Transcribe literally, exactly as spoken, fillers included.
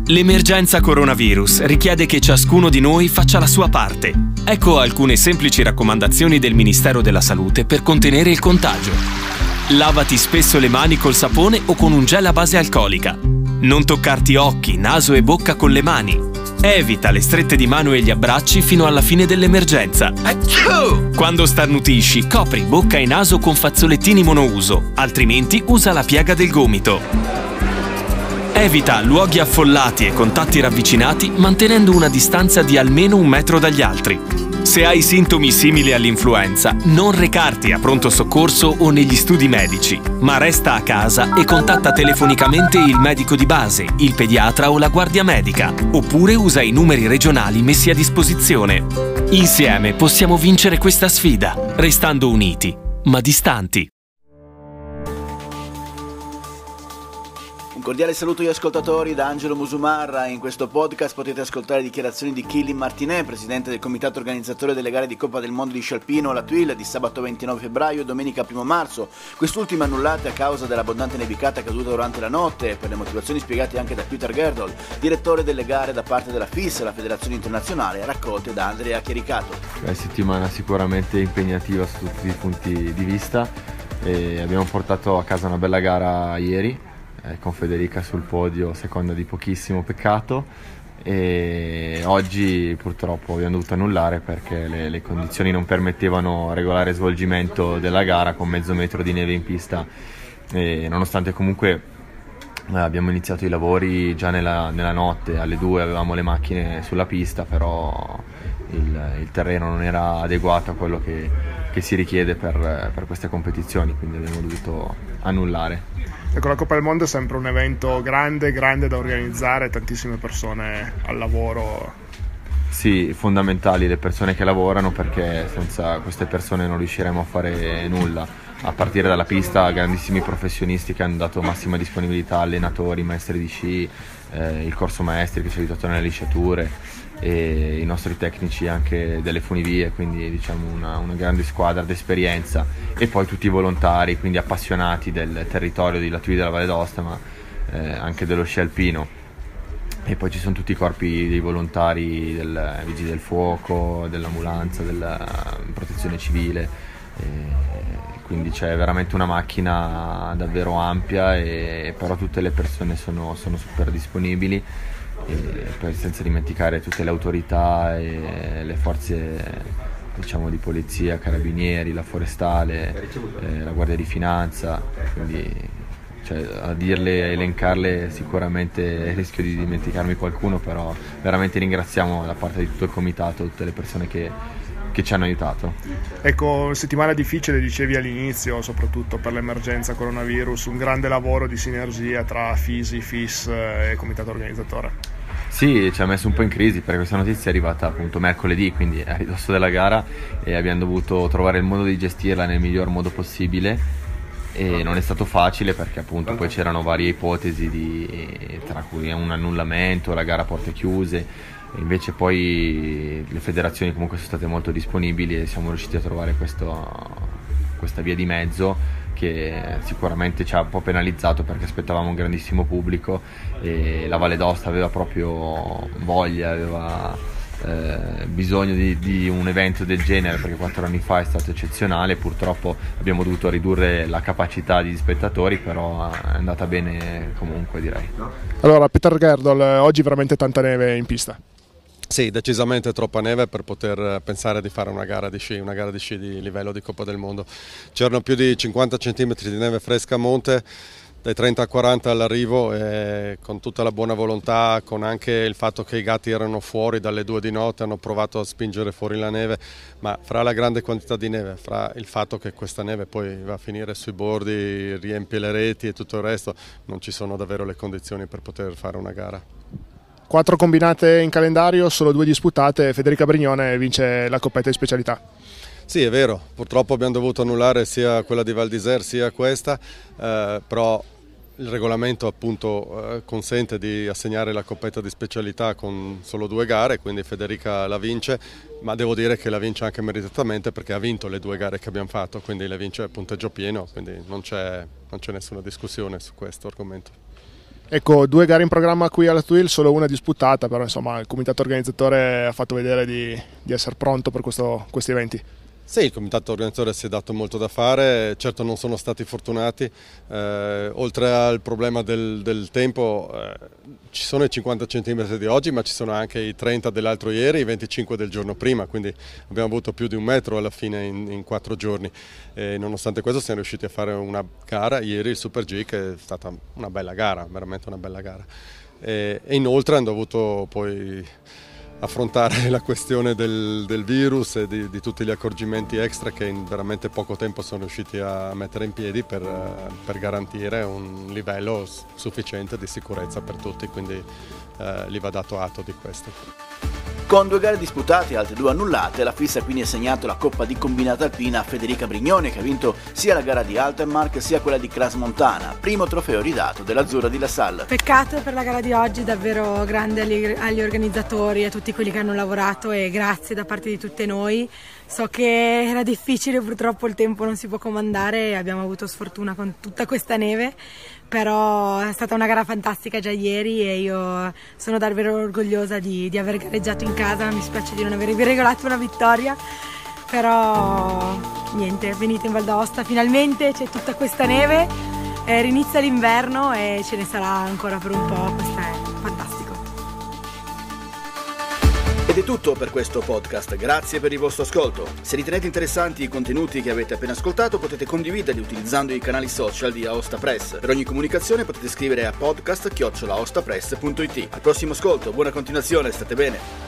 L'emergenza coronavirus richiede che ciascuno di noi faccia la sua parte. Ecco alcune semplici raccomandazioni del Ministero della Salute per contenere il contagio. Lavati spesso le mani col sapone o con un gel a base alcolica. Non toccarti occhi, naso e bocca con le mani. Evita le strette di mano e gli abbracci fino alla fine dell'emergenza. Quando starnutisci, copri bocca e naso con fazzolettini monouso, altrimenti usa la piega del gomito. Evita luoghi affollati e contatti ravvicinati mantenendo una distanza di almeno un metro dagli altri. Se hai sintomi simili all'influenza, non recarti a pronto soccorso o negli studi medici, ma resta a casa e contatta telefonicamente il medico di base, il pediatra o la guardia medica, oppure usa i numeri regionali messi a disposizione. Insieme possiamo vincere questa sfida, restando uniti, ma distanti. Un cordiale saluto agli ascoltatori da Angelo Musumarra. In questo podcast potete ascoltare dichiarazioni di Kylian Martinet, presidente del comitato organizzatore delle gare di Coppa del Mondo di sci alpino, la T W I L, di sabato ventinove febbraio e domenica primo marzo, quest'ultima annullate a causa dell'abbondante nevicata caduta durante la notte, per le motivazioni spiegate anche da Peter Gerdol, direttore delle gare da parte della F I S, la Federazione Internazionale, raccolte da Andrea Chiericato. È settimana sicuramente impegnativa su tutti i punti di vista e abbiamo portato a casa una bella gara ieri, con Federica sul podio, seconda di pochissimo, peccato, e oggi purtroppo abbiamo dovuto annullare perché le, le condizioni non permettevano regolare svolgimento della gara con mezzo metro di neve in pista, e nonostante comunque abbiamo iniziato i lavori già nella, nella notte, alle due avevamo le macchine sulla pista, però il, il terreno non era adeguato a quello che, che si richiede per, per queste competizioni, quindi abbiamo dovuto annullare. Ecco, la Coppa del Mondo è sempre un evento grande, grande da organizzare, tantissime persone al lavoro. Sì, fondamentali le persone che lavorano, perché senza queste persone non riusciremo a fare nulla. A partire dalla pista, grandissimi professionisti che hanno dato massima disponibilità, allenatori, maestri di sci, eh, il corso maestri che ci ha aiutato nelle lisciature, e i nostri tecnici anche delle funivie, quindi diciamo una, una grande squadra d'esperienza, e poi tutti i volontari, quindi appassionati del territorio di La T W I della Valle d'Aosta, ma eh, anche dello sci alpino. E poi ci sono tutti i corpi dei volontari del Vigili del Fuoco, dell'ambulanza, della protezione civile, e quindi c'è veramente una macchina davvero ampia, e però tutte le persone sono, sono super disponibili, e poi senza dimenticare tutte le autorità e le forze, diciamo, di polizia, carabinieri, la forestale, eh, la guardia di finanza, quindi cioè, a dirle, a elencarle sicuramente rischio di dimenticarmi qualcuno, però veramente ringraziamo da parte di tutto il comitato tutte le persone che, che ci hanno aiutato. Ecco, settimana difficile, dicevi all'inizio, soprattutto per l'emergenza coronavirus, un grande lavoro di sinergia tra Fisi, F I S e comitato organizzatore. Sì, ci ha messo un po' in crisi perché questa notizia è arrivata appunto mercoledì, quindi a ridosso della gara, e abbiamo dovuto trovare il modo di gestirla nel miglior modo possibile, e non è stato facile perché appunto poi c'erano varie ipotesi di, tra cui un annullamento, la gara a porte chiuse. Invece poi le federazioni comunque sono state molto disponibili e siamo riusciti a trovare questo, questa via di mezzo, che sicuramente ci ha un po' penalizzato perché aspettavamo un grandissimo pubblico e la Valle d'Aosta aveva proprio voglia, aveva eh, bisogno di, di un evento del genere, perché quattro anni fa è stato eccezionale. Purtroppo abbiamo dovuto ridurre la capacità di spettatori, però è andata bene comunque, direi. Allora, Peter Gerdol, oggi veramente tanta neve in pista. Sì, decisamente troppa neve per poter pensare di fare una gara di sci, una gara di sci di livello di Coppa del Mondo. C'erano più di cinquanta centimetri di neve fresca a monte, dai trenta a quaranta all'arrivo, e con tutta la buona volontà, con anche il fatto che i gatti erano fuori dalle due di notte, hanno provato a spingere fuori la neve, ma fra la grande quantità di neve, fra il fatto che questa neve poi va a finire sui bordi, riempie le reti e tutto il resto, non ci sono davvero le condizioni per poter fare una gara. Quattro combinate in calendario, solo due disputate. Federica Brignone vince la coppetta di specialità. Sì, è vero, purtroppo abbiamo dovuto annullare sia quella di Val d'Isère sia questa, eh, però il regolamento appunto eh, consente di assegnare la coppetta di specialità con solo due gare, quindi Federica la vince, ma devo dire che la vince anche meritatamente perché ha vinto le due gare che abbiamo fatto, quindi le vince a punteggio pieno, quindi non c'è non c'è nessuna discussione su questo argomento. Ecco, due gare in programma qui alla Twill, solo una disputata, però insomma il comitato organizzatore ha fatto vedere di, di essere pronto per questo, questi eventi. Sì, il comitato organizzatore si è dato molto da fare, certo non sono stati fortunati, eh, oltre al problema del, del tempo eh, ci sono i cinquanta centimetri di oggi, ma ci sono anche i trenta dell'altro ieri e i venticinque del giorno prima, quindi abbiamo avuto più di un metro alla fine in, in quattro giorni e nonostante questo siamo riusciti a fare una gara ieri, il Super G, che è stata una bella gara, veramente una bella gara e, e inoltre hanno dovuto poi affrontare la questione del, del virus e di, di tutti gli accorgimenti extra che in veramente poco tempo sono riusciti a mettere in piedi per, per garantire un livello sufficiente di sicurezza per tutti, quindi eh, gli va dato atto di questo. Con due gare disputate e altre due annullate, la FIS ha quindi assegnato la Coppa di Combinata Alpina a Federica Brignone, che ha vinto sia la gara di Altermark sia quella di Cras Montana, primo trofeo ridato dell'Azzurra di La Salle. Peccato per la gara di oggi, davvero grande agli, agli organizzatori e a tutti quelli che hanno lavorato e grazie da parte di tutte noi. So che era difficile, purtroppo il tempo non si può comandare e abbiamo avuto sfortuna con tutta questa neve, però è stata una gara fantastica già ieri e io sono davvero orgogliosa di, di aver gareggiato in casa. Mi spiace di non avervi regalato una vittoria, però niente, venite in Val d'Aosta, finalmente c'è tutta questa neve, eh, rinizia l'inverno e ce ne sarà ancora per un po', questo è fantastico. Ed è tutto per questo podcast, grazie per il vostro ascolto. Se ritenete interessanti i contenuti che avete appena ascoltato potete condividerli utilizzando i canali social di Aosta Press. Per ogni comunicazione potete scrivere a podcast chiocciola aostapress punto it. Al prossimo ascolto, buona continuazione, state bene!